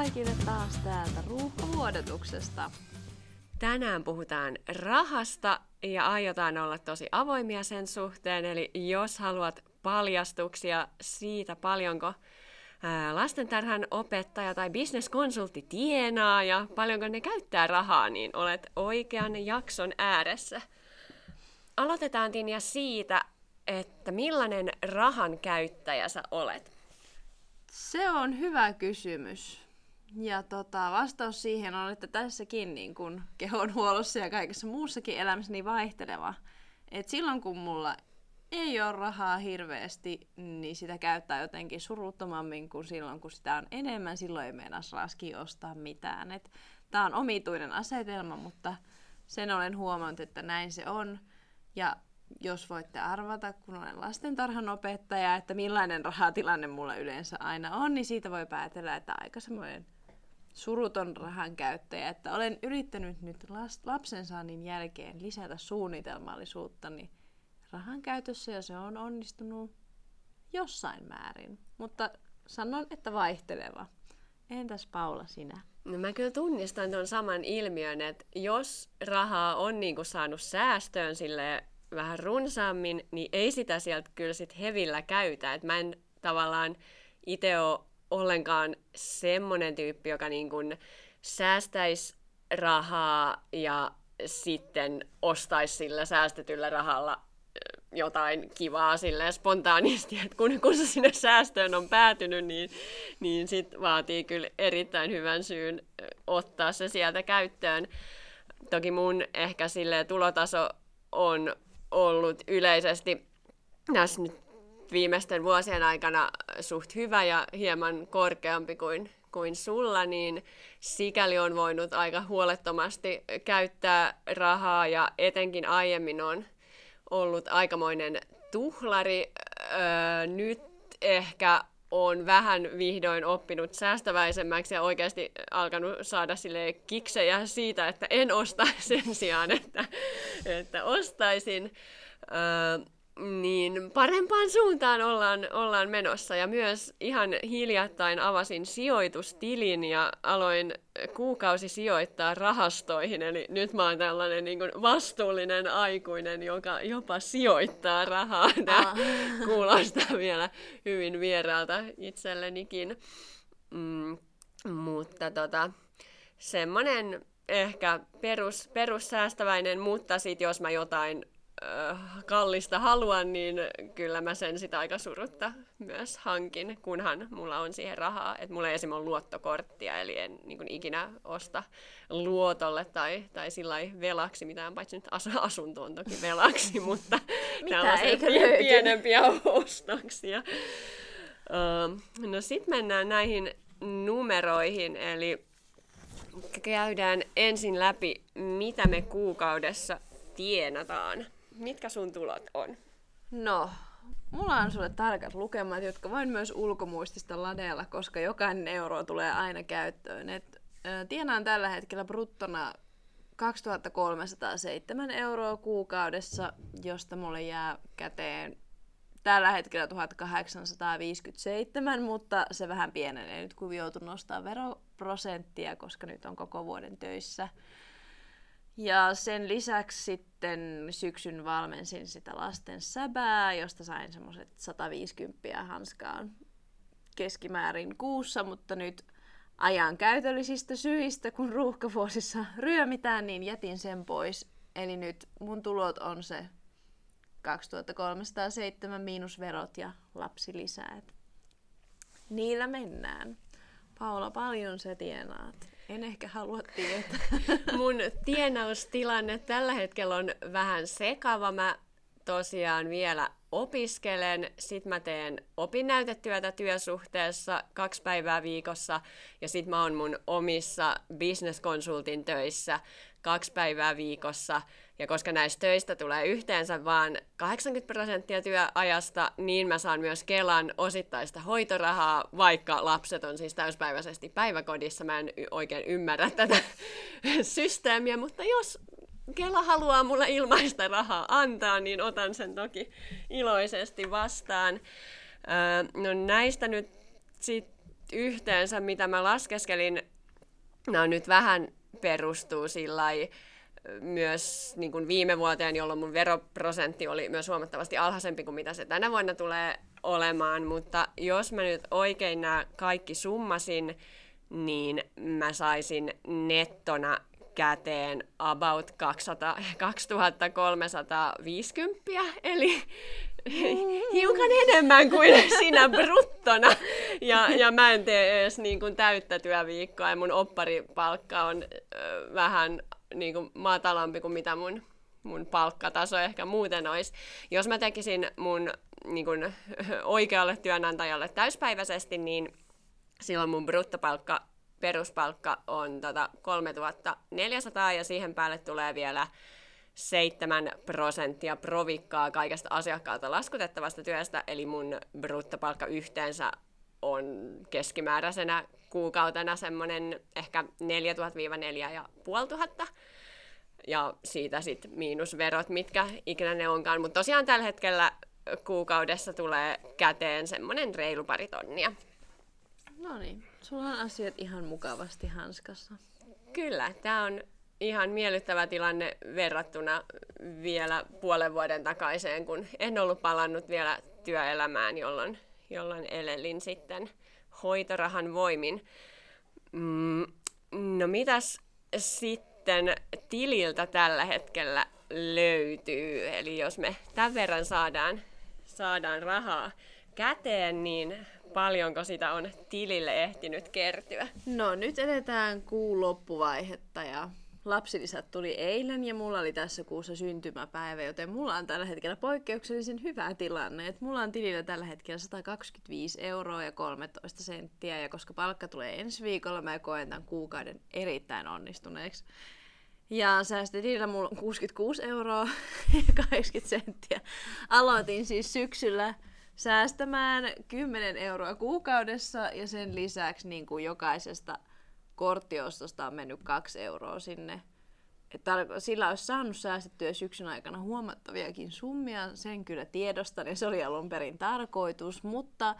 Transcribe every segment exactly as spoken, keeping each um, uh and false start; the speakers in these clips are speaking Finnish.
kaikille taas täältä Ruuhkavuodotuksesta. Tänään puhutaan rahasta ja aiotaan olla tosi avoimia sen suhteen. Eli jos haluat paljastuksia siitä, paljonko lastentarhan opettaja tai bisneskonsultti tienaa ja paljonko ne käyttää rahaa, niin olet oikean jakson ääressä. Aloitetaan Tinja siitä, että millainen rahan käyttäjä sä olet? Se on hyvä kysymys. Ja tota, vastaus siihen on, että tässäkin niin kun kehonhuollossa ja kaikessa muussakin elämässä niin vaihteleva. Et silloin kun mulla ei ole rahaa hirveästi, niin sitä käyttää jotenkin suruttomammin kuin silloin, kun sitä on enemmän. Silloin ei meinaa laski ostaa mitään. Tämä on omituinen asetelma, mutta sen olen huomannut, että näin se on. Ja jos voitte arvata, kun olen lastentarhanopettaja, että millainen rahatilanne mulla yleensä aina on, niin siitä voi päätellä, että aika semmoinen suruton rahan käyttäjä. Että olen yrittänyt nyt lapsensaannin jälkeen lisätä suunnitelmallisuuttani rahan käytössä ja se on onnistunut jossain määrin. Mutta sanon, että vaihteleva. Entäs Paula sinä? No mä kyllä tunnistan tuon saman ilmiön, että jos rahaa on niinku saanut säästöön silleen vähän runsaammin, niin ei sitä sieltä kyllä sit hevillä käytä. Et mä en tavallaan itse ole ollenkaan semmoinen tyyppi, joka niin kuin säästäisi rahaa ja sitten ostaisi sillä säästetyllä rahalla jotain kivaa silleen spontaanisti, että kun, kun se sinne säästöön on päätynyt, niin, niin sit vaatii kyllä erittäin hyvän syyn ottaa se sieltä käyttöön. Toki mun ehkä silleen tulotaso on ollut yleisesti tässä nyt viimeisten vuosien aikana suht hyvä ja hieman korkeampi kuin, kuin sulla, niin sikäli on voinut aika huolettomasti käyttää rahaa ja etenkin aiemmin on ollut aikamoinen tuhlari. Öö, nyt ehkä on vähän vihdoin oppinut säästäväisemmäksi ja oikeasti alkanut saada sille kiksejä siitä, että en osta sen sijaan, että, että ostaisin. Öö, niin parempaan suuntaan ollaan, ollaan menossa. Ja myös ihan hiljattain avasin sijoitustilin ja aloin kuukausi sijoittaa rahastoihin. Eli nyt mä oon tällainen niin kuin vastuullinen aikuinen, joka jopa sijoittaa rahaa. Tämä ah. kuulostaa vielä hyvin vieraalta itsellenikin. Mm, mutta tota, semmoinen ehkä perus, perussäästäväinen, mutta sit jos mä jotain kallista haluan, niin kyllä mä sen sitä aika surutta myös hankin, kunhan mulla on siihen rahaa. Et mulla ei esimerkiksi ole luottokorttia, eli en niin kuin ikinä osta luotolle tai, tai sillai velaksi mitään, paitsi nyt asunto on toki velaksi, mutta tällaisia pienempiä ostoksia. Uh, no sit mennään näihin numeroihin, eli käydään ensin läpi, mitä me kuukaudessa tienataan. Mitkä sun tulot on? No, mulla on sulle tarkat lukemat, jotka voin myös ulkomuistista ladeilla, koska jokainen euro tulee aina käyttöön. Et, ä, tienaan tällä hetkellä bruttona kaksituhattakolmesataaseitsemän euroa kuukaudessa, josta mulle jää käteen tällä hetkellä tuhatkahdeksansataaviisikymmentäseitsemän, mutta se vähän pienenee nyt, kun joutun nostaa veroprosenttia, koska nyt on koko vuoden töissä. Ja sen lisäksi sitten syksyn valmensin sitä lasten säbää, josta sain semmoiset sataviisikymmentä hanskaan keskimäärin kuussa, mutta nyt ajan käytöllisistä syistä, kun ruuhkavuosissa ryömitään, niin jätin sen pois. Eli nyt mun tulot on se kaksituhattakolmesataaseitsemän miinus verot ja lapsilisä. Niillä mennään. Paula, paljon sä tienaat? En ehkä halua tietää. Mun tienaustilanne tällä hetkellä on vähän sekava. Mä tosiaan vielä opiskelen, sit mä teen opinnäytetyötä työsuhteessa kaksi päivää viikossa ja sit mä oon mun omissa business-konsultin töissä kaksi päivää viikossa. Ja koska näistä töistä tulee yhteensä vaan kahdeksankymmentä prosenttia työajasta, niin mä saan myös Kelan osittaista hoitorahaa, vaikka lapset on siis täyspäiväisesti päiväkodissa. Mä en oikein ymmärrä tätä systeemiä, mutta jos Kela haluaa mulle ilmaista rahaa antaa, niin otan sen toki iloisesti vastaan. No näistä nyt sit yhteensä, mitä mä laskeskelin, no nyt vähän perustuu sillai myös niin kuin viime vuoteen, jolloin mun veroprosentti oli myös huomattavasti alhaisempi kuin mitä se tänä vuonna tulee olemaan, mutta jos mä nyt oikein nämä kaikki summasin, niin mä saisin nettona käteen about kaksisataa, kaksituhattakolmesataaviisikymmentä, eli hiukan enemmän kuin sinä bruttona. Ja, ja mä en tee edes niin kuin täyttä työviikkoa, ja mun opparipalkka on ö, vähän niin kuin matalampi kuin mitä mun, mun palkkataso ehkä muuten olisi. Jos mä tekisin mun niin kuin, oikealle työnantajalle täyspäiväisesti, niin silloin mun bruttopalkka, peruspalkka on tota kolmetuhatta neljäsataa, ja siihen päälle tulee vielä seitsemän prosenttia provikkaa kaikesta asiakkaalta laskutettavasta työstä, eli mun bruttopalkka yhteensä on keskimääräisenä kuukautena semmoinen ehkä neljätuhatta neljätuhatta, ja siitä sitten miinusverot, mitkä ikinä ne onkaan. Mutta tosiaan tällä hetkellä kuukaudessa tulee käteen semmoinen reilu pari tonnia. No niin, sulla on asiat ihan mukavasti hanskassa. Kyllä, tämä on ihan miellyttävä tilanne verrattuna vielä puolen vuoden takaiseen, kun en ollut palannut vielä työelämään, jolloin, jolloin elelin sitten hoitorahan voimin. Mm, no mitäs sitten tililtä tällä hetkellä löytyy? Eli jos me tämän verran saadaan, saadaan rahaa käteen, niin paljonko sitä on tilille ehtinyt kertyä? No nyt edetään kuun loppuvaihetta ja lapsilisät tuli eilen ja mulla oli tässä kuussa syntymäpäivä, joten mulla on tällä hetkellä poikkeuksellisen hyvä tilanne. Et mulla on tilillä tällä hetkellä sata kaksikymmentäviisi euroa ja kolmetoista senttiä, ja koska palkka tulee ensi viikolla, mä koen tämän kuukauden erittäin onnistuneeksi. Ja säästötilillä mulla on kuusikymmentäkuusi euroa ja kahdeksankymmentä senttiä. Aloitin siis syksyllä säästämään kymmenen euroa kuukaudessa, ja sen lisäksi niin kuin jokaisesta korttiostosta on mennyt kaksi euroa sinne. Että sillä olisi saanut säästettyä syksyn aikana huomattaviakin summia, sen kyllä tiedostan, ja se oli alun perin tarkoitus, mutta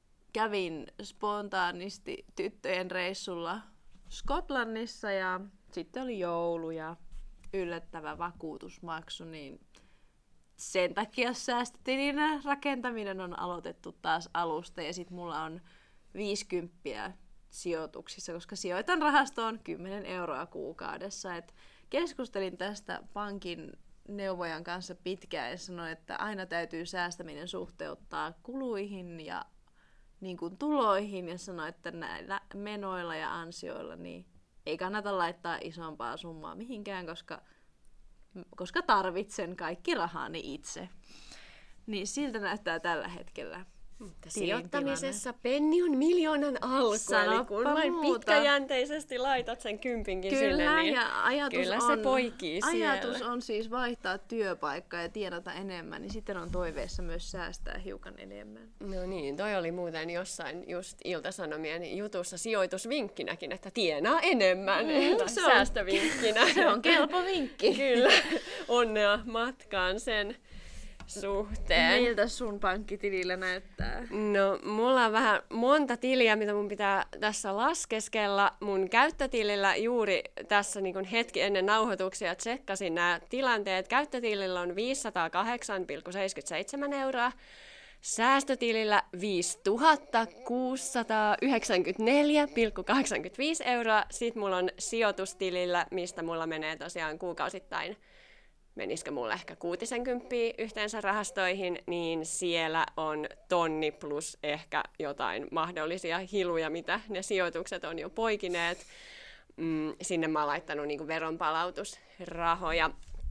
kävin spontaanisti tyttöjen reissulla Skotlannissa, ja sitten oli joulu ja yllättävä vakuutusmaksu, niin sen takia säästötilin rakentaminen on aloitettu taas alusta, ja sitten mulla on viisikymppiä sijoituksissa, koska sijoitan rahastoon kymmenen euroa kuukaudessa. Et keskustelin tästä pankin neuvojan kanssa pitkään ja sanoin, että aina täytyy säästäminen suhteuttaa kuluihin ja niin kuin tuloihin, ja sanoin, että näillä menoilla ja ansioilla niin ei kannata laittaa isompaa summaa mihinkään, koska, koska tarvitsen kaikki rahani itse. Niin siltä näyttää tällä hetkellä. Mutta sijoittamisessa penni on miljoonan alku, Sanoppa eli kun vain muuta. Pitkäjänteisesti laitat sen kympinkin Kyllä, sinne, niin ja ajatus kyllä on, se poikii ajatus siellä. on siis vaihtaa työpaikkaa ja tienata enemmän, niin sitten on toiveessa myös säästää hiukan enemmän. No niin, toi oli muuten jossain just Ilta-Sanomien jutussa sijoitusvinkkinäkin, että tienaa enemmän, mm, se on, säästövinkkinä. Se on kelpo vinkki. Kyllä, onnea matkaan sen suhteen. Miltä sun pankkitilillä näyttää? No, mulla on vähän monta tiliä, mitä mun pitää tässä laskeskella. Mun käyttötilillä juuri tässä niin kun hetki ennen nauhoituksia tsekkasin nämä tilanteet. Käyttötilillä on viisisataakahdeksan pilkku seitsemänkymmentäseitsemän euroa. Säästötilillä viisituhatta kuusisataayhdeksänkymmentäneljä pilkku kahdeksankymmentäviisi euroa. Sitten mulla on sijoitustilillä, mistä mulla menee tosiaan kuukausittain, menisikö mulle ehkä kuutisenkymppiä yhteensä rahastoihin, niin siellä on tonni plus ehkä jotain mahdollisia hiluja, mitä ne sijoitukset on jo poikineet. Mm, sinne mä oon laittanut niin kuin veronpalautusrahoja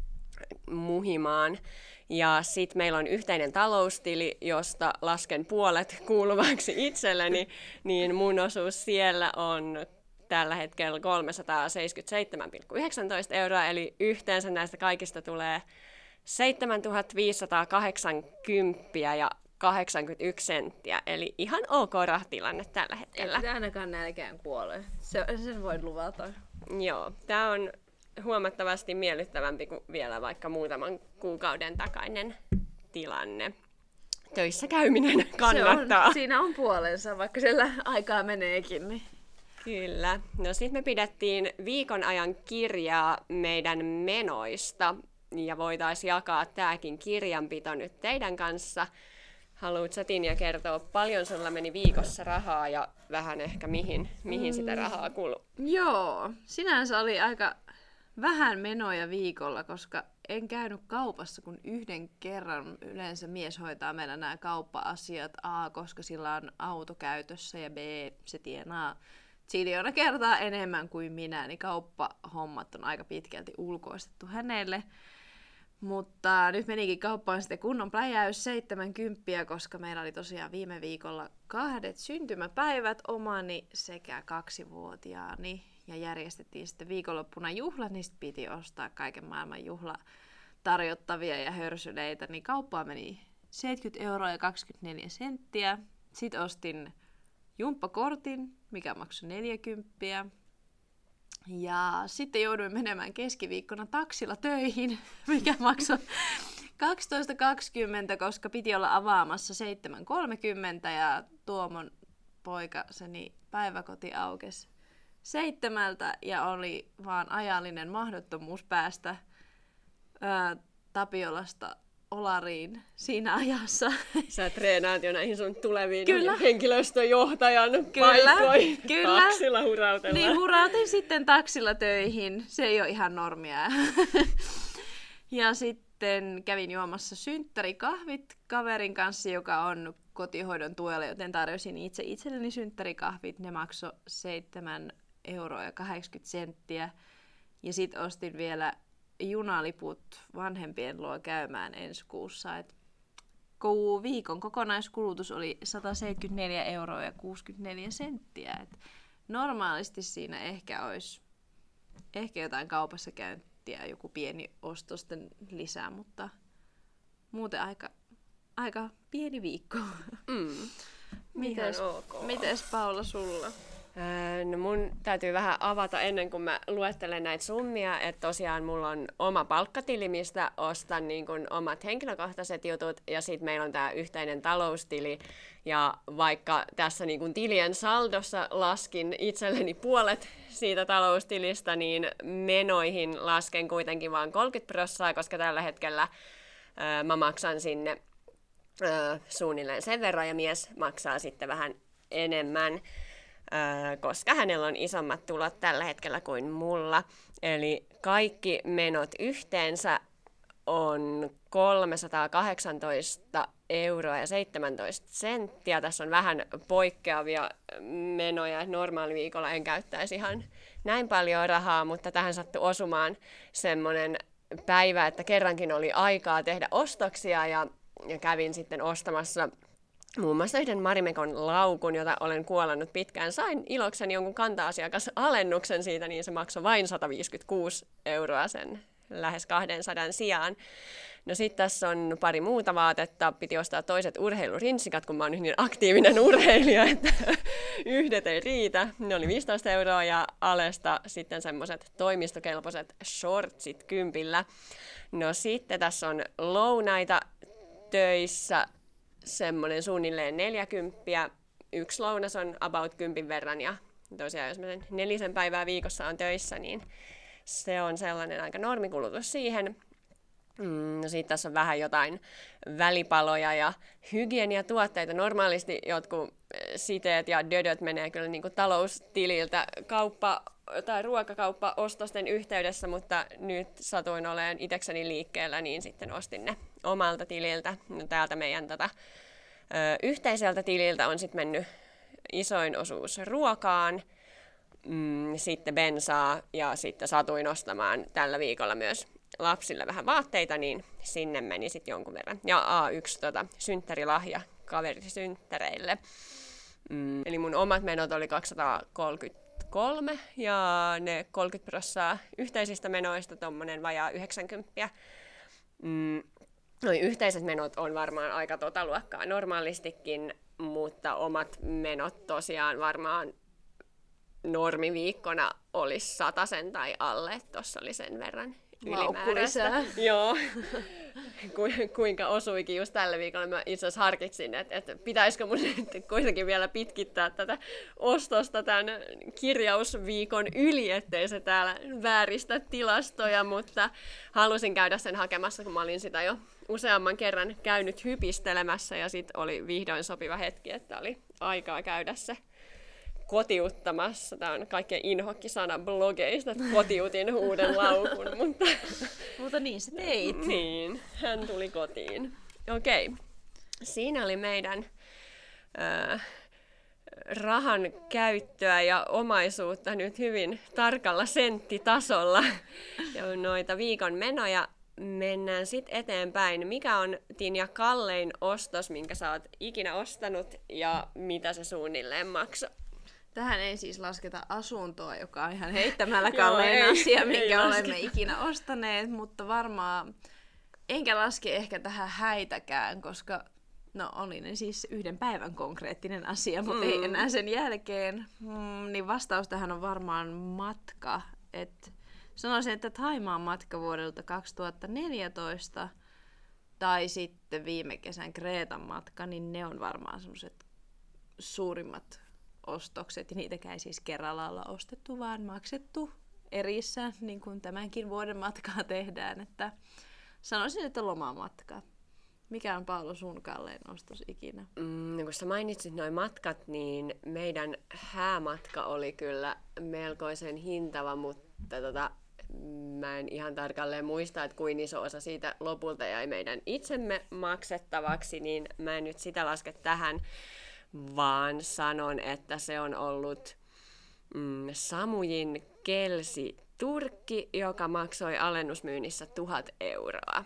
muhimaan. Ja sitten meillä on yhteinen taloustili, josta lasken puolet kuuluvaksi itselleni, niin mun osuus siellä on tällä hetkellä kolmesataaseitsemänkymmentäseitsemän pilkku yhdeksäntoista euroa, eli yhteensä näistä kaikista tulee seitsemäntuhatta viisisataakahdeksankymmentä ja kahdeksankymmentäyksi senttiä, eli ihan ok rahtilanne tällä hetkellä. Ei ainakaan nälkään kuole. Se, sen voin luvata. Joo, tämä on huomattavasti miellyttävämpi kuin vielä vaikka muutaman kuukauden takainen tilanne. töissä käyminen kannattaa. Se on, siinä on puolensa, vaikka siellä aikaa meneekin. Niin. Kyllä. No sitten me pidettiin viikon ajan kirjaa meidän menoista, ja voitaisiin jakaa tämäkin kirjanpito nyt teidän kanssa. Haluatko Tinja kertoa, paljon sulla meni viikossa rahaa ja vähän ehkä mihin, mihin sitä rahaa kuluu? Joo, sinänsä oli aika vähän menoja viikolla, koska en käynyt kaupassa kuin yhden kerran. Yleensä mies hoitaa meillä nämä kauppa-asiat, A, koska sillä on auto käytössä, ja B, se tienaa ziljoona kertaa enemmän kuin minä, niin kauppahommat on aika pitkälti ulkoistettu hänelle. Mutta nyt menikin kauppaan sitten kunnon pläjäys seitsemänkymppiä, koska meillä oli tosiaan viime viikolla kahdet syntymäpäivät, omani sekä kaksivuotiaani. Ja järjestettiin sitten viikonloppuna juhlat, niin sitten piti ostaa kaiken maailman juhla tarjottavia ja hörsyleitä. Niin kauppaan meni seitsemänkymmentä euroa ja kaksikymmentäneljä senttiä. Sitten ostin jumppakortin, mikä maksoi neljäkymppiä. Ja sitten jouduin menemään keskiviikkona taksilla töihin, mikä maksoi kaksitoista kaksikymmentä, koska piti olla avaamassa seitsemän kolmekymmentä ja Tuomon poikaseni päiväkoti aukesi seitsemältä ja oli vaan ajallinen mahdottomuus päästä ää, Tapiolasta Olariin siinä ajassa. Sä treenaat jo näihin sun tuleviin kyllä. henkilöstöjohtajan kyllä, paikkoihin. Kyllä. Taksilla hurautellaan. Niin, hurautin sitten taksilla töihin. Se ei ole ihan normia. Ja sitten kävin juomassa synttärikahvit kaverin kanssa, joka on kotihoidon tuella, joten tarjosin itse itselleni synttärikahvit. Ne maksoi seitsemän euroa ja kahdeksankymmentä senttiä. Ja sitten ostin vielä junaliput vanhempien luo käymään ensi kuussa. Et viikon kokonaiskulutus oli sataseitsemänkymmentäneljä euroa ja kuusikymmentäneljä senttiä. Et normaalisti siinä ehkä olisi ehkä jotain kaupassa käyntiä, joku pieni ostosten lisää, mutta muuten aika, aika pieni viikko. Mm. Mites, ok. mites Paula sulla? No mun täytyy vähän avata ennen kuin mä luettelen näitä summia, että tosiaan mulla on oma palkkatili, mistä ostan niin kun omat henkilökohtaiset jutut, ja sitten meillä on tämä yhteinen taloustili, ja vaikka tässä niin kun tilien saldossa laskin itselleni puolet siitä taloustilistä, niin menoihin lasken kuitenkin vain kolmekymmentä prosenttia, koska tällä hetkellä ää, mä maksan sinne ää, suunnilleen sen verran, ja mies maksaa sitten vähän enemmän, koska hänellä on isommat tulot tällä hetkellä kuin mulla. Eli kaikki menot yhteensä on kolmesataakahdeksantoista euroa ja seitsemäntoista senttiä. Tässä on vähän poikkeavia menoja. Normaaliviikolla en käyttäisi ihan näin paljon rahaa, mutta tähän sattui osumaan semmoinen päivä, että kerrankin oli aikaa tehdä ostoksia ja, ja kävin sitten ostamassa muun muassa yhden Marimekon laukun, jota olen kuolannut pitkään. Sain ilokseni jonkun kanta-asiakasalennuksen siitä, niin se maksoi vain sata viisikymmentäkuusi euroa sen lähes kaksisataa sijaan. No sitten tässä on pari muuta vaatetta. Piti ostaa toiset urheilurinsikat, kun mä oon nyt niin aktiivinen urheilija, että yhdet ei riitä. Ne oli viisitoista euroa ja alesta sitten semmoiset toimistokelpoiset shortsit kympillä. No sitten tässä on lounaita töissä. Semmoinen suunnilleen neljäkymppiä. Yksi lounas on about kympin verran, ja tosiaan jos mä sen nelisen päivää viikossa on töissä, niin se on sellainen aika normikulutus siihen. Mm, no sitten tässä on vähän jotain välipaloja ja hygieniatuotteita. Normaalisti jotkut siteet ja dödöt menee kyllä niin kuin taloustililtä kauppa- tai ruokakauppa-ostosten yhteydessä, mutta nyt satuin olemaan itsekseni liikkeellä, niin sitten ostin ne omalta tililtä. No, täältä meidän tota, ö, yhteiseltä tililtä on sitten mennyt isoin osuus ruokaan, mm, sitten bensaa ja sitten satuin ostamaan tällä viikolla myös lapsille vähän vaatteita, niin sinne meni sitten jonkun verran. Ja A yksi tota, synttärilahja kaverisynttäreille. Mm, eli mun omat menot oli kaksisataakolmekymmentäkolme ja ne kolmekymmentä prosenttia yhteisistä menoista, tommonen vajaa yhdeksänkymmentä. Mm, noi yhteiset menot on varmaan aika tota luokkaa normaalistikin, mutta omat menot tosiaan varmaan normiviikkona olisi satasen tai alle, tuossa oli sen verran ylimääräistä. Laukku lisää. Joo. ku, kuinka osuikin just tällä viikolla. Mä itse asiassa harkitsin, että, että pitäisikö mun nyt kuitenkin vielä pitkittää tätä ostosta tämän kirjausviikon yli, ettei se täällä vääristä tilastoja, mutta halusin käydä sen hakemassa, kun mä olin sitä jo useamman kerran käynyt hypistelemässä ja sitten oli vihdoin sopiva hetki, että oli aikaa käydä se kotiuttamassa. Tämä on kaikkein inhokkisana blogeista, että kotiutin uuden laukun, mutta... mutta niin sä teit. Niin, hän tuli kotiin. Okei, siinä oli meidän äh, rahan käyttöä ja omaisuutta nyt hyvin tarkalla senttitasolla. Ja noita viikon menoja mennään sitten eteenpäin. Mikä on, Tinja, kallein ostos, minkä sä oot ikinä ostanut ja mitä se suunnilleen maksoi? Tähän ei siis lasketa asuntoa, joka on ihan heittämällä kallein Joo, asia, ei, minkä ei olemme lasketa. ikinä ostaneet, mutta varmaan enkä laske ehkä tähän häitäkään, koska no oli ne siis yhden päivän konkreettinen asia, mutta mm. ei enää sen jälkeen. Mm, niin vastaus tähän on varmaan matka. Et sanoisin, että Thaimaan matka vuodelta kaksituhattaneljätoista tai sitten viime kesän Kreetan matka, niin ne on varmaan semmoiset suurimmat ostokset, ja niitäkään ei siis kerralla olla ostettu, vaan maksettu erissä, niin kuin tämänkin vuoden matkaa tehdään. Että sanoisin, että lomamatka. Mikä on, Paolo, sun kallein ostos ikinä? Mm, kun sä mainitsit nuo matkat, niin meidän häämatka oli kyllä melkoisen hintava, mutta tota, mä en ihan tarkalleen muista, että kuin iso osa siitä lopulta jäi meidän itsemme maksettavaksi, niin mä en nyt sitä laske tähän, vaan sanon, että se on ollut mm, Samujin kelsi Turkki, joka maksoi alennusmyynnissä tuhat euroa.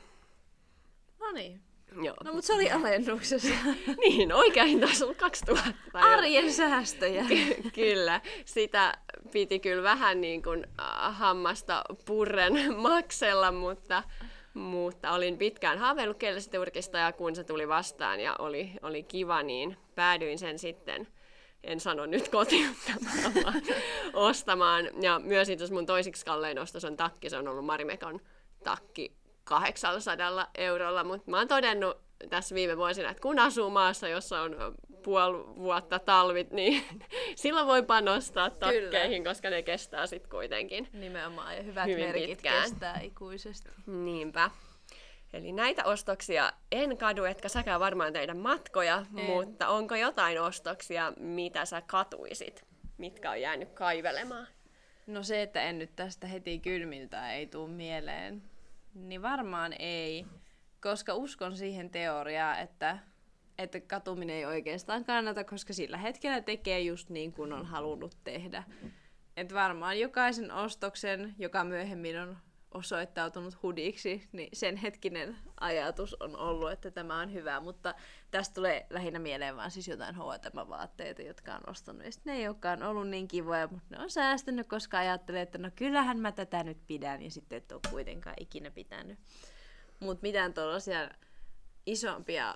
No niin. Joo. No, mutta se oli alennuksessa. Niin, oikea hinta olisi ollut kaksituhatta. Arjen säästöjä. Ky- kyllä. Sitä piti kyllä vähän niin kuin äh, hammasta purren maksella, mutta, mutta olin pitkään haaveillut kelsiturkista ja kun se tuli vastaan ja oli, oli kiva, niin päädyin sen sitten, en sano nyt kotiuttamaan, vaan ostamaan. Ja myös itse asiassa mun toisiksi kallein ostos on takki, se on ollut Marimekon takki kahdeksansataa eurolla, mutta mä oon todennut tässä viime vuosina, että kun asuu maassa, jossa on puoli vuotta talvit, niin silloin voi panostaa takkeihin, koska ne kestää sitten kuitenkin nimenomaan, ja hyvät hyvin merkit pitkään. Kestää ikuisesti. Niinpä. Eli näitä ostoksia en kadu, etkä säkään varmaan teidän matkoja, en. Mutta onko jotain ostoksia, mitä sä katuisit, mitkä on jäänyt kaivelemaan? No se, että en nyt tästä heti kylmiltä ei tule mieleen. Niin varmaan ei, koska uskon siihen teoriaan, että, että katuminen ei oikeastaan kannata, koska sillä hetkellä tekee just niin kuin on halunnut tehdä. Että varmaan jokaisen ostoksen, joka myöhemmin on osoittautunut hudiksi, niin sen hetkinen ajatus on ollut, että tämä on hyvä, mutta tästä tulee lähinnä mieleen vaan siis jotain H and M-vaatteita, jotka on ostanut, ja ne ei olekaan ollut niin kivoja, mutta ne on säästänyt, koska ajattelee, että no kyllähän mä tätä nyt pidän, ja sitten et ole kuitenkaan ikinä pitänyt. Mutta mitään tuollaisia isompia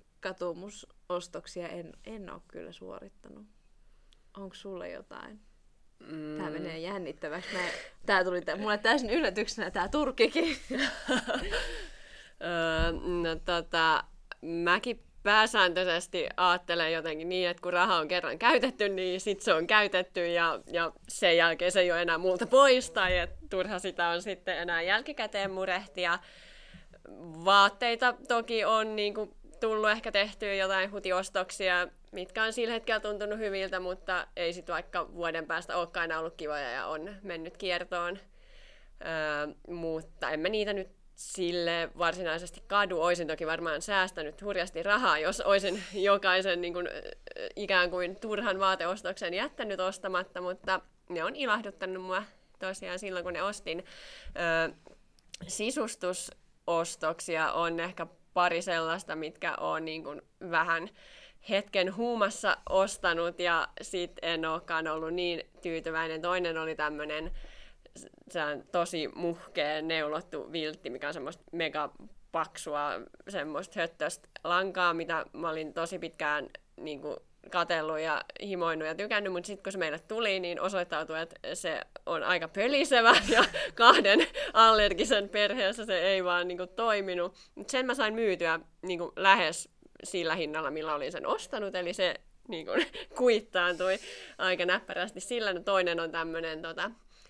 katumusostoksia en, en ole kyllä suorittanut. Onko sulle jotain? Mm. Tää menee jännittäväksi. Mä, tää tuli tää, mulle täysin yllätyksenä tää Turkkikin. no tota, mäkin pääsääntöisesti ajattelen jotenkin niin, että kun raha on kerran käytetty, niin sit se on käytetty ja, ja sen jälkeen se ei ole enää multa pois tai että turha sitä on sitten enää jälkikäteen murehtia. Vaatteita toki on niin kuin tullut ehkä tehtyä jotain hutiostoksia, mitkä on sillä hetkellä tuntunut hyviltä, mutta ei sitten vaikka vuoden päästä olekaan enää ollut kivoja ja on mennyt kiertoon. Öö, mutta en mä niitä nyt sille varsinaisesti kadu. Oisin toki varmaan säästänyt hurjasti rahaa, jos olisin jokaisen niin kun, ikään kuin turhan vaateostoksen jättänyt ostamatta, mutta ne on ilahduttanut mua tosiaan silloin, kun ne ostin. Öö, sisustusostoksia on ehkä pari sellaista, mitkä on niin kuin vähän hetken huumassa ostanut ja sit en olekaan ollut niin tyytyväinen. Toinen oli tämmönen tosi muhkea neulottu viltti, mikä on semmoista megapaksua semmoista höttöstä lankaa, mitä mä olin tosi pitkään niin kuin katsellut ja himoinut ja tykännyt, mutta sitten kun se meille tuli, niin osoittautui, että se on aika pölisevä ja kahden allergisen perheessä se ei vaan niin kuin, toiminut. Mut sen mä sain myytyä niin kuin, lähes sillä hinnalla, millä olin sen ostanut, eli se niin kuin, kuittaantui aika näppärästi sillä. No, toinen on tämmöinen tota,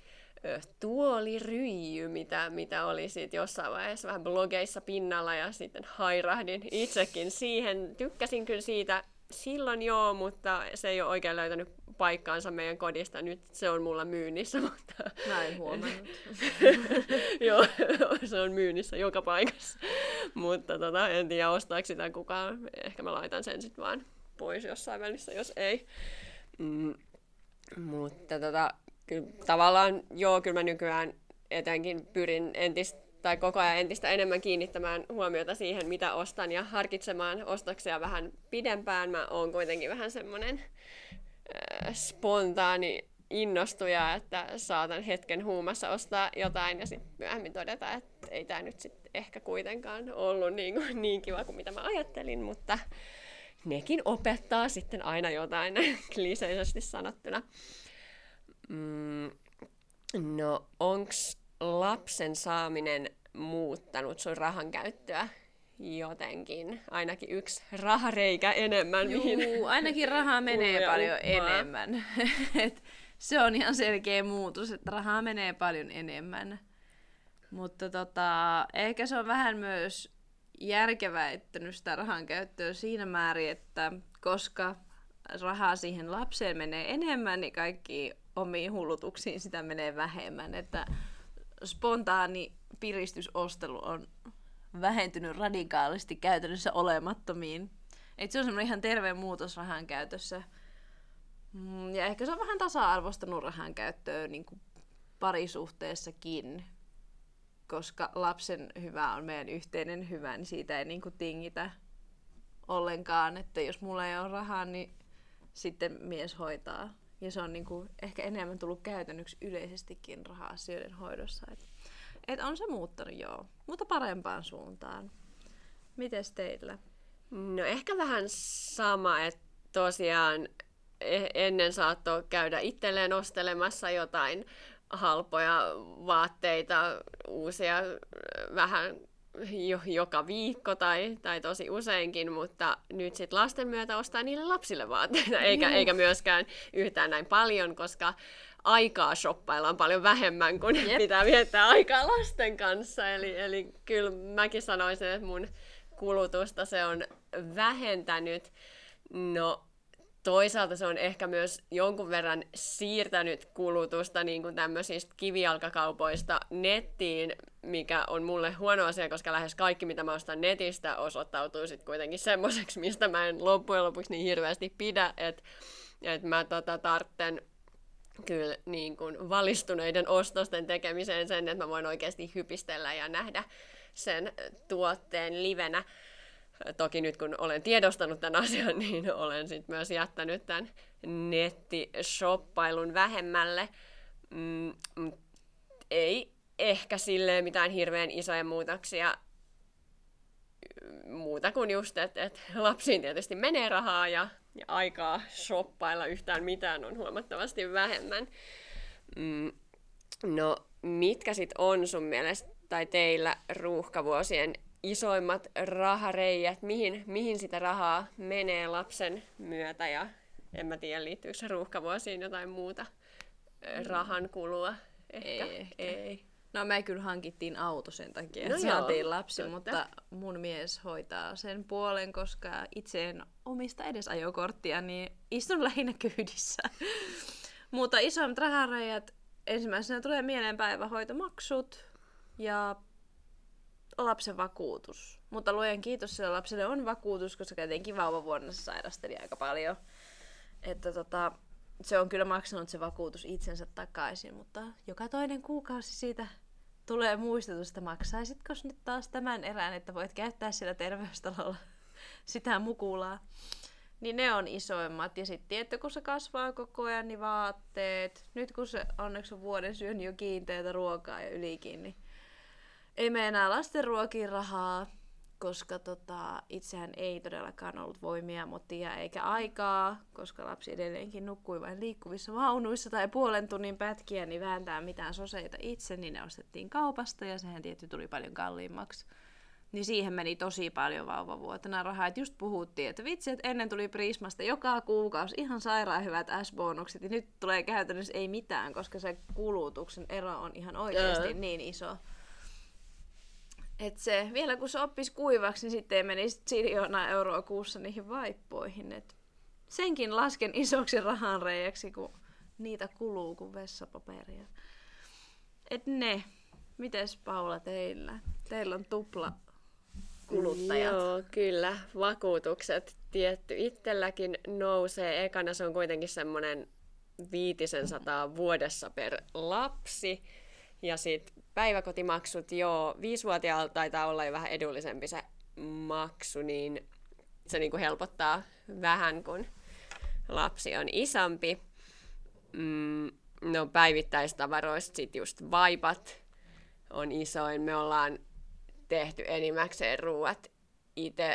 tuoliryijy, mitä, mitä oli sit jossain vaiheessa vähän blogeissa pinnalla ja sitten hairahdin itsekin siihen. Tykkäsin kyllä siitä silloin joo, mutta se ei ole oikein löytänyt paikkaansa meidän kodista. Nyt se on mulla myynnissä. Mutta... Mä en huomannut. Joo, se on myynnissä joka paikassa. Mutta tota, en tiedä ostaako sitä kukaan. Ehkä mä laitan sen sitten vaan pois jossain välissä, jos ei. Mm, mutta tota, kyllä, tavallaan joo, kyllä mä nykyään etenkin pyrin entistä tai koko ajan entistä enemmän kiinnittämään huomiota siihen, mitä ostan ja harkitsemaan ostoksia vähän pidempään. Mä oon kuitenkin vähän semmoinen äh, spontaani innostuja, että saatan hetken huumassa ostaa jotain ja sitten myöhemmin todeta, että ei tämä nyt sitten ehkä kuitenkaan ollut niin, kuin, niin kiva kuin mitä mä ajattelin, mutta nekin opettaa sitten aina jotain kliseisesti sanottuna. Mm, no, onks lapsen saaminen muuttanut sun rahan käyttöä jotenkin? Ainakin yksi rahareikä enemmän. Juu, mihin ainakin rahaa menee paljon enemmän. Et se on ihan selkeä muutos, että rahaa menee paljon enemmän. Mutta tota, ehkä se on vähän myös järkeväittänyt sitä rahan käyttöä siinä määrin, että koska rahaa siihen lapseen menee enemmän, niin kaikki omiin hullutuksiin sitä menee vähemmän. Että spontaani piristysostelu on vähentynyt radikaalisti käytännössä olemattomiin. Et se on semmoinen ihan terve muutos rahan käytössä. Ja ehkä se on vähän tasa-arvostanut rahan käyttöä niin kuin parisuhteessakin, koska lapsen hyvä on meidän yhteinen hyvä, niin siitä ei niin kuin tingitä ollenkaan. Että jos mulla ei ole rahaa, niin sitten mies hoitaa. Ja se on niin kuin ehkä enemmän tullut käytännöksi yleisestikin raha-asioiden hoidossa. Et, et on se muuttanut, joo, mutta parempaan suuntaan. Mites teillä? No ehkä vähän sama, että tosiaan ennen saattoi käydä itselleen ostelemassa jotain halpoja vaatteita, uusia vähän jo, joka viikko tai, tai tosi useinkin, mutta nyt sitten lasten myötä ostaa niille lapsille vaatteita, eikä, eikä myöskään yhtään näin paljon, koska aikaa shoppailla on paljon vähemmän, kun Jep. pitää viettää aikaa lasten kanssa. Eli, eli kyllä mäkin sanoisin, että mun kulutusta se on vähentänyt. No toisaalta se on ehkä myös jonkun verran siirtänyt kulutusta niin kuin tämmöisistä kivijalkakaupoista nettiin, mikä on mulle huono asia, koska lähes kaikki, mitä mä ostan netistä, osoittautuu sitten kuitenkin semmoiseksi, mistä mä en loppujen lopuksi niin hirveästi pidä, että et mä tota tartten kyllä niin kuin valistuneiden ostosten tekemiseen sen, että mä voin oikeasti hypistellä ja nähdä sen tuotteen livenä. Toki nyt kun olen tiedostanut tämän asian, niin olen sit myös jättänyt tämän nettishoppailun vähemmälle. Mm, ei ehkä silleen mitään hirveän isoja muutoksia muuta kuin just, että et lapsiin tietysti menee rahaa ja, ja aikaa shoppailla yhtään mitään on huomattavasti vähemmän. Mm, no mitkä sit on sun mielestä tai teillä ruuhkavuosien isoimmat rahareijät, mihin, mihin sitä rahaa menee lapsen myötä ja en mä tiedä, liittyykö se ruuhkavuosiin jotain muuta rahan kulua? Ehkä. Ei, ehkä. Ei. No me kyllä hankittiin auto sen takia, No että joo, saatiin lapsi, totta. mutta mun mies hoitaa sen puolen, koska itse en omista edes ajokorttia, niin istun lähinnä kyydissä. Mutta isommat rahareijat, ensimmäisenä tulee mieleen päivähoitomaksut ja lapsen vakuutus. Mutta luojan kiitos, sillä lapselle on vakuutus, koska etenkin vauvavuonna se sairasteli aika paljon. Että tota, se on kyllä maksanut se vakuutus itsensä takaisin, mutta joka toinen kuukausi siitä tulee muistutusta, maksaisitko nyt taas tämän erään, että voit käyttää siellä terveystalolla sitä mukulaa. Niin ne on isoimmat. Ja sitten tietty, kun se kasvaa koko ajan, niin vaatteet. Nyt kun se onneksi on vuoden syönyt jo kiinteätä ruokaa ja ylikin, niin ei mene enää lasten ruokiin rahaa, koska tota, itsehän ei todellakaan ollut voimia, motia eikä aikaa, koska lapsi edelleenkin nukkui vain liikkuvissa vaunuissa tai puolen tunnin pätkiä, niin vääntää mitään soseita itse, niin ne ostettiin kaupasta ja sehän tietysti tuli paljon kalliimmaksi. Niin siihen meni tosi paljon vauvavuotena rahaa. Et just puhuttiin, että vitsi, että ennen tuli Prismasta joka kuukausi ihan sairaan hyvät S-bonukset, ja nyt tulee käytännössä ei mitään, koska se kulutuksen ero on ihan oikeasti yeah. niin iso. Et se, vielä kun se oppisi kuivaksi, niin sitten ei menisi siljoonaa euroa kuussa niihin vaippoihin. Et senkin lasken isoksi rahanreiäksi, kun niitä kuluu kuin vessapaperia. Et ne. Mites Paula teillä? Teillä on tupla kuluttajat. Joo, kyllä. Vakuutukset tietty itselläkin nousee. Ekana se on kuitenkin semmoinen viitisen sataa vuodessa per lapsi. Ja sitten päiväkotimaksut, joo, viisivuotiaalla taitaa olla jo vähän edullisempi se maksu, niin se niinku helpottaa vähän, kun lapsi on isompi. Mm, no päivittäistavaroista sitten just vaipat on isoin. Me ollaan tehty enimmäkseen ruuat itse,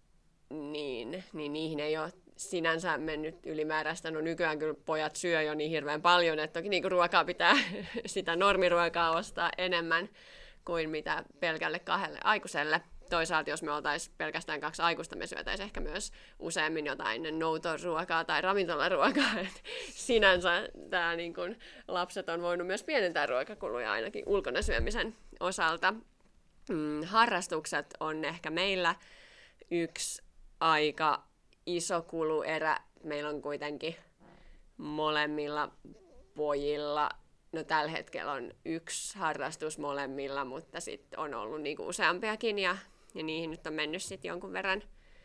niin, niin niihin ei ole sinänsä mennyt ylimääräistä. No nykyään kyllä pojat syö jo niin hirveän paljon, että toki niin ruokaa pitää sitä normiruokaa ostaa enemmän kuin mitä pelkälle kahdelle aikuiselle. Toisaalta jos me oltaisiin pelkästään kaksi aikuista, me syötäisiin ehkä myös useammin jotain noutoruokaa tai ravintolaruokaa. Et sinänsä tää, niin kun, lapset on voinut myös pienentää ruokakuluja ainakin ulkona syömisen osalta. Mm, harrastukset on ehkä meillä yksi aika iso kuluerä. Meillä on kuitenkin molemmilla pojilla, no tällä hetkellä on yksi harrastus molemmilla, mutta sitten on ollut niinku useampiakin ja, ja niihin nyt on mennyt sitten jonkun verran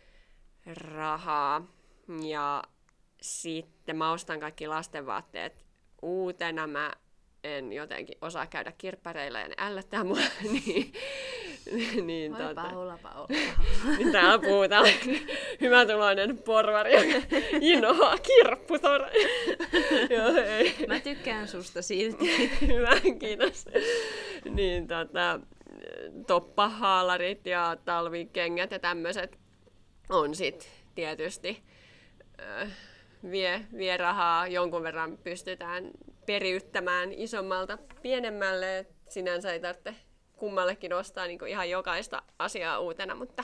rahaa. Ja sitten mä ostan kaikki lastenvaatteet uutena. Mä en jotenkin osaa käydä kirppareilla ja ne ällöttää mua. niin, niin, Oi tota, Paula, Paula. niin täällä puhutaan hyvätuloinen porvari, joka inhoaa kirpputoreja. Mä tykkään susta silti. Hyvä, kiitos. Niin, tota, toppahaalarit ja talvikengät ja tämmöiset on sit tietysti äh, vie, vie rahaa. Jonkun verran pystytään periyttämään isommalta pienemmälle. Et sinänsä ei tarvitse kummallekin ostaa niin kuin ihan jokaista asiaa uutena, mutta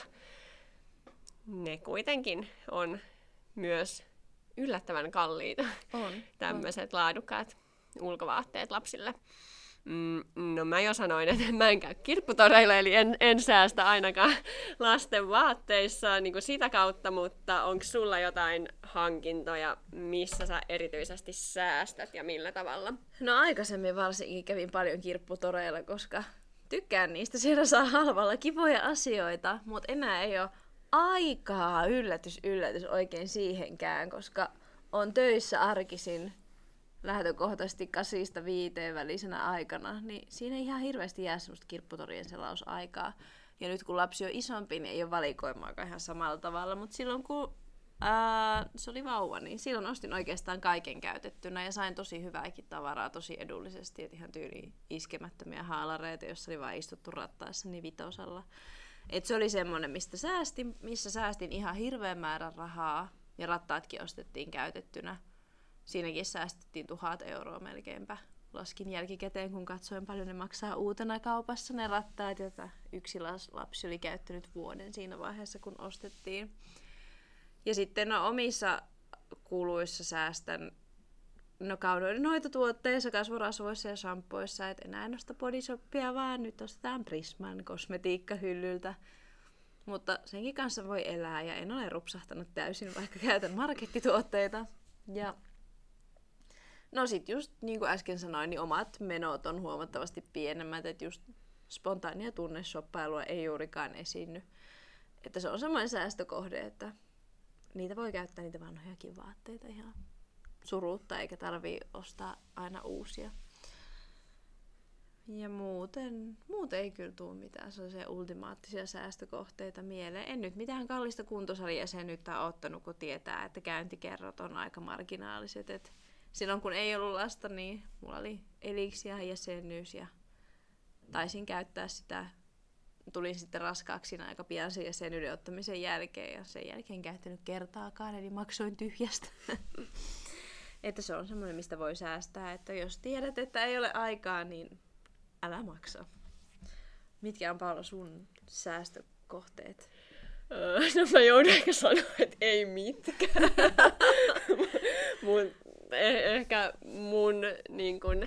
ne kuitenkin on myös yllättävän kalliita. On. Tämmöiset laadukkaat ulkovaatteet lapsille. Mm, no mä jo sanoin, että mä en käy kirpputoreilla, eli en, en säästä ainakaan lasten vaatteissa niin kuin sitä kautta, mutta onko sulla jotain hankintoja, missä sä erityisesti säästät ja millä tavalla? No aikaisemmin varsinkin kävin paljon kirpputoreilla, koska tykkään niistä. Siellä saa halvalla kivoja asioita, mutta enää ei ole aikaa yllätys yllätys oikein siihenkään, koska on töissä arkisin lähtökohtaisesti kasista viiteen välisenä aikana, niin siinä ei ihan hirveästi jää semmoista kirpputorien selausaikaa. Ja nyt kun lapsi on isompi, niin ei ole valikoimaakaan ihan samalla tavalla, mutta silloin kun ää, se oli vauva, niin silloin ostin oikeastaan kaiken käytettynä ja sain tosi hyvääkin tavaraa tosi edullisesti, että ihan tyyliin iskemättömiä haalareita, jossa oli vain istuttu rattaissa niin vitosella. Et se oli semmoinen, mistä säästin, missä säästin ihan hirveän määrän rahaa ja rattaatkin ostettiin käytettynä. Siinäkin säästettiin tuhat euroa melkeinpä. Laskin jälkikäteen, kun katsoin paljon ne maksaa uutena kaupassa ne rattaat, joita yksi lapsi oli käyttänyt vuoden siinä vaiheessa, kun ostettiin. Ja sitten no, omissa kuluissa säästän no, kauneudenhoitotuotteissa, kasvorasvoissa ja shampoissa, et enää en osta Bodyshopia, vaan nyt ostetaan Prisman kosmetiikkahyllyltä. Mutta senkin kanssa voi elää ja en ole rupsahtanut täysin, vaikka käytän markettituotteita. Ja no sit just niin kuin äsken sanoin, niin omat menot on huomattavasti pienemmät, että just spontaania tunneshoppailua ei juurikaan esiinny. Että se on semmoinen säästökohde, että niitä voi käyttää niitä vanhojakin vaatteita ihan surutta, eikä tarvii ostaa aina uusia. Ja muuten, muuten ei kyllä tule mitään sellaisia ultimaattisia säästökohteita mieleen. En nyt mitään kallista kuntosalijäsenyyttä ole ottanut, kun tietää, että käyntikerrot on aika marginaaliset. Et silloin kun ei ollut lasta, niin mulla oli Elixia jäsenyys ja taisin käyttää sitä tulin sitten raskaaksi siinä aika pian sen jäsenyyden ottamisen jälkeen ja sen jälkeen käyttänyt kertaakaan, eli maksoin tyhjästä. Että se on semmoinen, mistä voi säästää, että jos tiedät, että ei ole aikaa, niin älä maksa. Mitkä on, Paula, sun säästökohteet? No mä joudun ehkä sanoa, että ei mitkään. mun, eh- ehkä mun niin kun,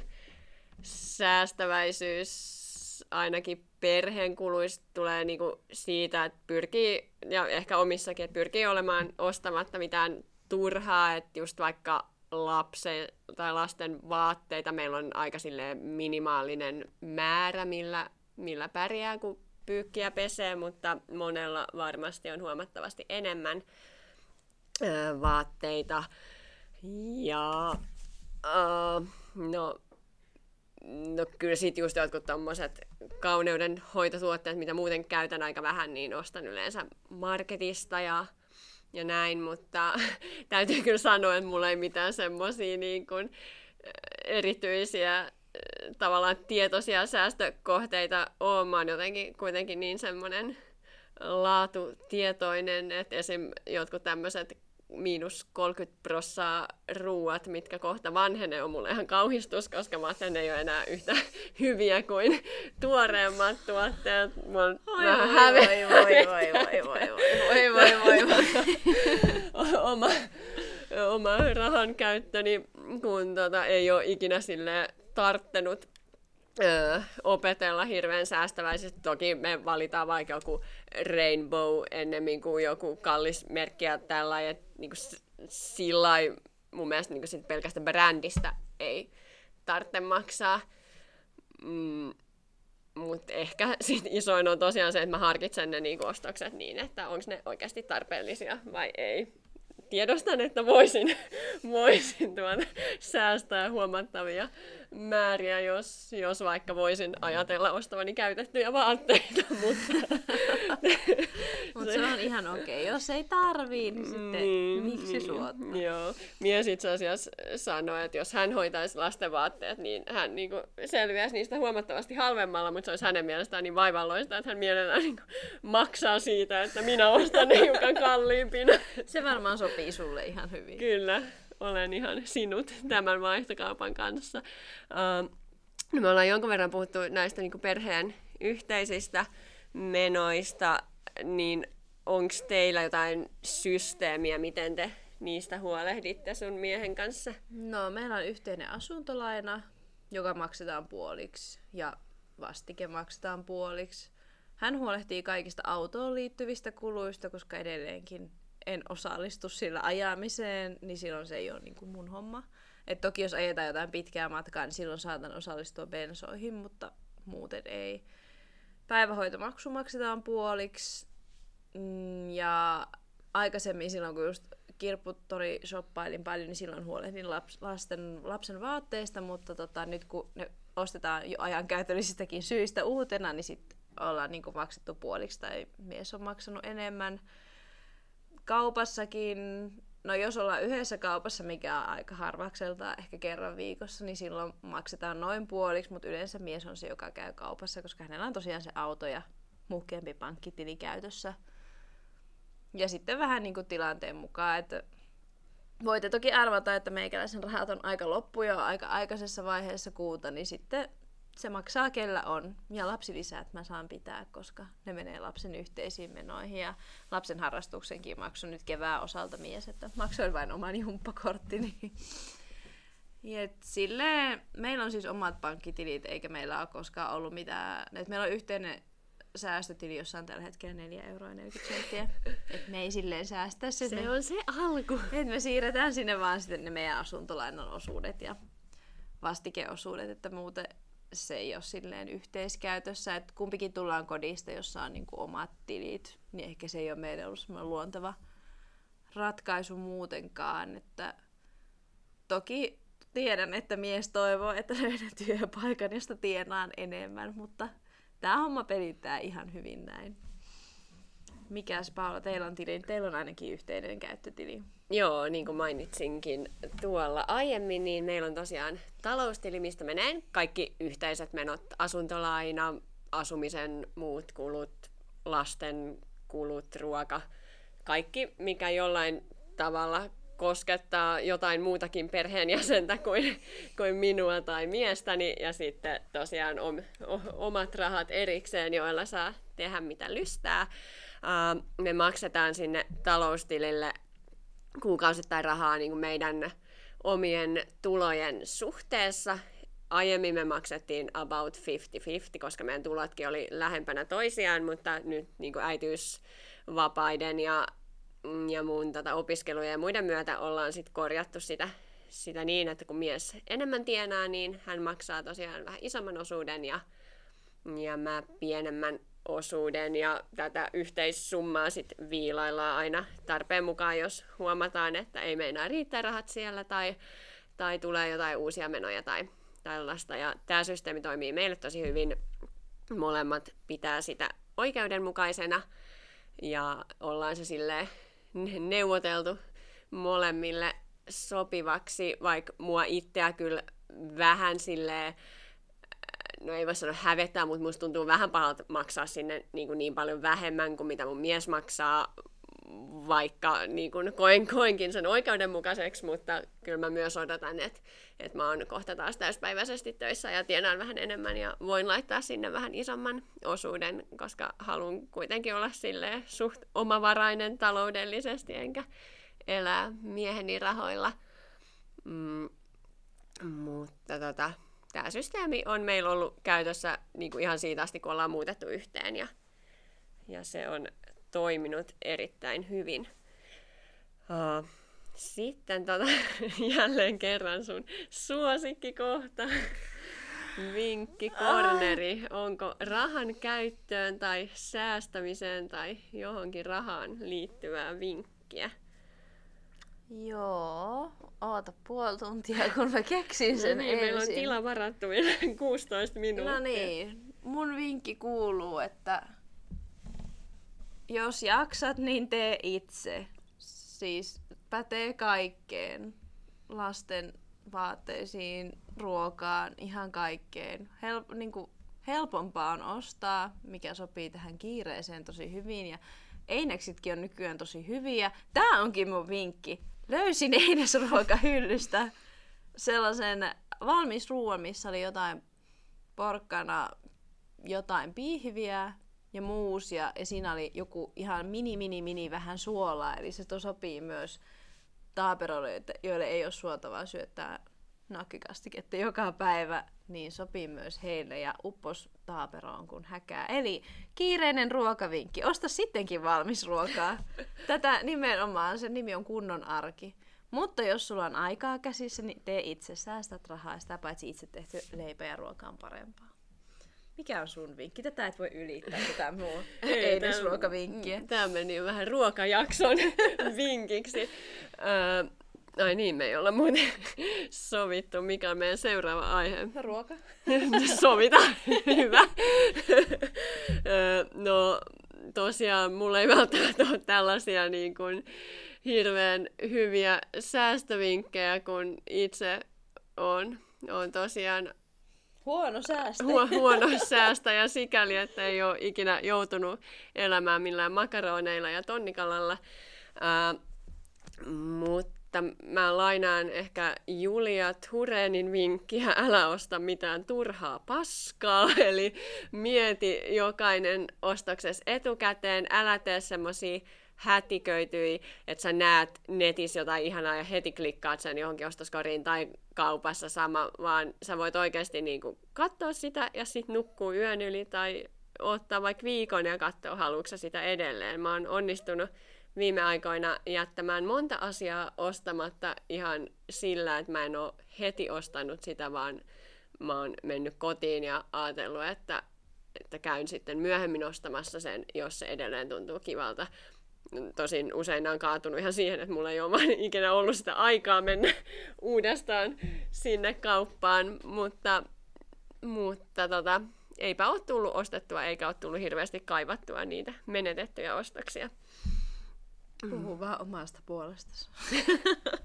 säästäväisyys ainakin perheen kuluista tulee niin kun, siitä, että pyrkii, ja ehkä omissakin, että pyrkii olemaan ostamatta mitään turhaa, että just vaikka lapsen tai lasten vaatteita meillä on aika silleen minimaalinen määrä, millä, millä pärjää, kun pyykkiä pesee, mutta monella varmasti on huomattavasti enemmän ää, vaatteita. Ja ää, no, no kyllä sit just jotkut tommoset kauneuden hoitotuotteet, mitä muuten käytän aika vähän, niin ostan yleensä marketista ja ja näin, mutta täytyy kyllä sanoa, että mulla ei mitään semmosia niin kuin erityisiä tavallaan tietoisia säästökohteita ole. Mä oon jotenkin kuitenkin niin semmoinen laatutietoinen, että esim. Jotkut tämmöiset miinus kolmekymmentä prossaa ruuat, mitkä kohta vanhenee, on mulle ihan kauhistus, koska mä ajattelen, ne ei ole enää yhtä hyviä kuin tuoreemmat tuotteet. Mä oon vähän häveä. Voi, voi, voi, voi, voi, voi, voi, voi, voi. Oma, oma rahan käyttöni, kun tota, ei ole ikinä silleen tarttenut Öö, opetella hirveän säästäväisesti. Toki me valitaan vaikka joku Rainbow ennemmin kuin joku kallis merkki ja tällainen, että niinku sillai mun mielestä niinku sit pelkästään brändistä ei tarvitse maksaa. Mm, mutta ehkä sit isoin on tosiaan se, että mä harkitsen ne niinku ostokset niin, että onko ne oikeasti tarpeellisia vai ei. Tiedostan, että voisin, voisin tuota, säästää huomattavia määriä, jos, jos vaikka voisin ajatella ostavani käytettyjä vaatteita, mutta... Mutta se on ihan okei. Okay. Jos ei tarvii, niin sitten niin, miksi niin, suottaa? Joo. Mies itse asiassa sanoi, että jos hän hoitaisi lasten vaatteet, niin hän niinku selviäisi niistä huomattavasti halvemmalla, mutta se olisi hänen mielestään niin vaivalloista, että hän mielellään niinku maksaa siitä, että minä ostan ne hiukan kalliimpina. Se varmaan sopii sulle ihan hyvin. Kyllä. Olen ihan sinut tämän vaihtokaupan kanssa. Uh, no me ollaan jonkun verran puhuttu näistä niin kuin perheen yhteisistä menoista, niin onko teillä jotain systeemiä, miten te niistä huolehditte sun miehen kanssa? No, meillä on yhteinen asuntolaina, joka maksetaan puoliksi ja vastike maksetaan puoliksi. Hän huolehtii kaikista autoon liittyvistä kuluista, koska edelleenkin en osallistu sillä ajamiseen, niin silloin se ei ole niin kuin mun homma. Et toki jos ajetaan jotain pitkää matkaa, niin silloin saatan osallistua bensoihin, mutta muuten ei. Päivähoitomaksu maksetaan puoliksi. Ja aikaisemmin silloin, kun just kirpputori shoppailin paljon, niin silloin huolehdin laps, lasten, lapsen vaatteista, mutta tota, nyt kun ne ostetaan jo ajankäytöllisistäkin syistä uutena, niin sitten ollaan niin kuin maksettu puoliksi tai mies on maksanut enemmän. Kaupassakin, no jos ollaan yhdessä kaupassa, mikä on aika harvakselta, ehkä kerran viikossa, niin silloin maksetaan noin puoliksi, mutta yleensä mies on se, joka käy kaupassa, koska hänellä on tosiaan se auto ja muhkeampi pankkitili käytössä. Ja sitten vähän niin kuin tilanteen mukaan, että voitte toki arvata, että meikäläisen rahat on aika loppu jo aika aikaisessa vaiheessa kuuta, niin sitten se maksaa kellä on. Ja lapsilisät mä saan pitää, koska ne menee lapsen yhteisiin menoihin. Ja lapsen harrastuksenkin maksun nyt kevään osalta mies, että maksoin vain oman jumppakorttini. Ja silleen, meillä on siis omat pankkitilit, eikä meillä ole koskaan ollut mitään. Et meillä on yhteinen säästötili, jossa on tällä hetkellä neljä euroa neljäkymmentä senttiä. Et me ei silleen säästäisi. Se me, on se alku. Et me siirretään sinne vaan sitten ne meidän asuntolainan osuudet ja vastikeosuudet, että muuten se ei ole silleen yhteiskäytössä, että kumpikin tullaan kodista, jossa on niinku omat tilit, niin ehkä se ei ole meidän ollut semmoinen luonteva ratkaisu muutenkaan. Että toki tiedän, että mies toivoo, että löydän työpaikan, josta tienaan enemmän, mutta tämä homma pelittää ihan hyvin näin. Mikäs, Paula, teillä on tili? Teillä on ainakin yhteinen käyttötili. Joo, niin kuin mainitsinkin tuolla aiemmin, niin meillä on tosiaan taloustili, mistä menee kaikki yhteiset menot, asuntolaina, asumisen muut kulut, lasten kulut, ruoka, kaikki mikä jollain tavalla koskettaa jotain muutakin perheenjäsentä kuin, kuin minua tai miestäni, ja sitten tosiaan om, o, omat rahat erikseen, joilla saa tehdä mitä lystää. Uh, me maksetaan sinne taloustilille kuukausittain rahaa niin kuin meidän omien tulojen suhteessa. Aiemmin me maksettiin about viisikymmentä viisikymmentä, koska meidän tulotkin oli lähempänä toisiaan, mutta nyt niin kuin äitiysvapaiden ja ja mun tota, opiskelujen ja muiden myötä ollaan sit korjattu sitä, sitä niin, että kun mies enemmän tienaa, niin hän maksaa tosiaan vähän isomman osuuden ja, ja mä pienemmän osuuden. Ja tätä yhteissummaa sit viilaillaan aina tarpeen mukaan, jos huomataan, että ei meinaa riittää rahat siellä tai, tai tulee jotain uusia menoja tai tällaista. Ja tämä systeemi toimii meille tosi hyvin. Molemmat pitää sitä oikeudenmukaisena ja ollaan se silleen neuvoteltu molemmille sopivaksi, vaikka mua itseä kyllä vähän silleen, no ei voi sanoa hävettää, mutta musta tuntuu vähän pahalta maksaa sinne niin, kuin niin paljon vähemmän kuin mitä mun mies maksaa, vaikka niin kuin koen, koenkin sen oikeudenmukaiseksi, mutta kyllä mä myös odotan, että, että mä oon kohta taas täyspäiväisesti töissä ja tienaan vähän enemmän ja voin laittaa sinne vähän isomman osuuden, koska haluan kuitenkin olla silleen suht omavarainen taloudellisesti enkä elää mieheni rahoilla. Mm, mutta tota, tämä systeemi on meillä ollut käytössä niin kuin ihan siitä asti, kun ollaan muutettu yhteen ja, ja se on toiminut erittäin hyvin. Uh, sitten tota, jälleen kerran sun suosikkikohta, vinkkikorneri. Onko rahan käyttöön tai säästämiseen tai johonkin rahaan liittyvää vinkkiä? Joo, oota puoli tuntia, kun mä keksin sen no niin, ensin. Meillä on tila varattu vielä kuusitoista minuuttia. No niin, mun vinkki kuuluu, että jos jaksat, niin tee itse. Siis pätee kaikkeen. Lasten vaatteisiin, ruokaan, ihan kaikkeen. Help, niin kuin helpompaa on ostaa, mikä sopii tähän kiireeseen tosi hyvin. Ja eineksitkin on nykyään tosi hyviä. Tää onkin mun vinkki. Löysin einesruokahyllystä sellaisen valmis ruoan, missä oli jotain porkkana, jotain piihviä ja muusia, ja siinä oli joku ihan mini, mini, mini vähän suolaa, eli se to sopii myös taaperoille, joille ei ole suotavaa syöttää nakkikastiketta joka päivä, niin sopii myös heille ja uppos taaperoon kun häkää. Eli kiireinen ruokavinkki, osta sittenkin valmis ruokaa. Tätä nimenomaan, sen nimi on kunnon arki. Mutta jos sulla on aikaa käsissä, niin tee itse, säästät rahaa ja sitä paitsi itse tehty leipä ja ruoka on parempaa. Mikä on sun vinkki? Tätä et voi ylittää, tätä muu einesruokavinkkiä. Tämä meni vähän ruokajakson vinkiksi. Äh, ai niin, me ei olla muuten sovittu, mikä on meidän seuraava aihe. Ruoka. Sovitaan. Hyvä. äh, no tosiaan, mulla ei välttämättä ole tällaisia niin kuin hirveän hyviä säästövinkkejä, kun itse on, on tosiaan Huono säästäjä. Hu- huono säästäjä sikäli, että ei ole ikinä joutunut elämään millään makaroneilla ja tonnikalalla. Ää, mutta mä lainaan ehkä Julia Thurenin vinkkiä, älä osta mitään turhaa paskaa. Eli mieti jokainen ostoksessa etukäteen, älä tee semmosia hätiköityi, että sä näet netissä jotain ihanaa ja heti klikkaat sen johonkin ostoskoriin tai kaupassa sama, vaan sä voit oikeasti niinku katsoa sitä ja sit nukkuu yön yli tai ottaa vaikka viikon ja katsoa, haluatko sä sitä edelleen. Mä oon onnistunut viime aikoina jättämään monta asiaa ostamatta ihan sillä, että mä en oo heti ostanut sitä, vaan mä oon mennyt kotiin ja ajatellut, että, että käyn sitten myöhemmin ostamassa sen, jos se edelleen tuntuu kivalta. Tosin usein nämä on kaatunut ihan siihen, että mulla ei ole ikinä ollut sitä aikaa mennä uudestaan sinne kauppaan, mutta, mutta tota, eipä ole tullut ostettua eikä ole tullut hirveästi kaivattua niitä menetettyjä ostoksia. Puhu vaan omasta puolestasi.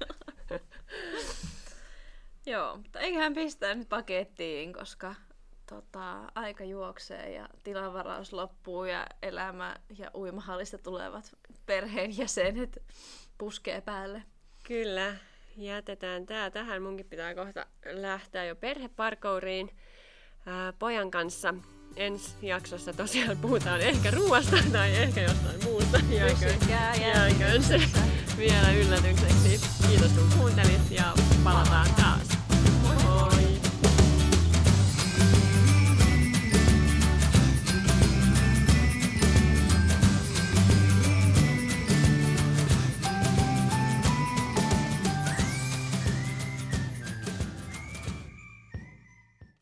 Joo, mutta eiköhän pistää nyt pakettiin, koska tota, aika juoksee ja tilavaraus loppuu ja elämä ja uimahallista tulevat perheenjäsenet puskee päälle. Kyllä, jätetään tää tähän. Munkin pitää kohta lähteä jo perheparkouriin ää, pojan kanssa. Ensi jaksossa tosiaan puhutaan ehkä ruuasta tai ehkä jostain muusta. Pysykää Jääköön se vielä yllätykseksi.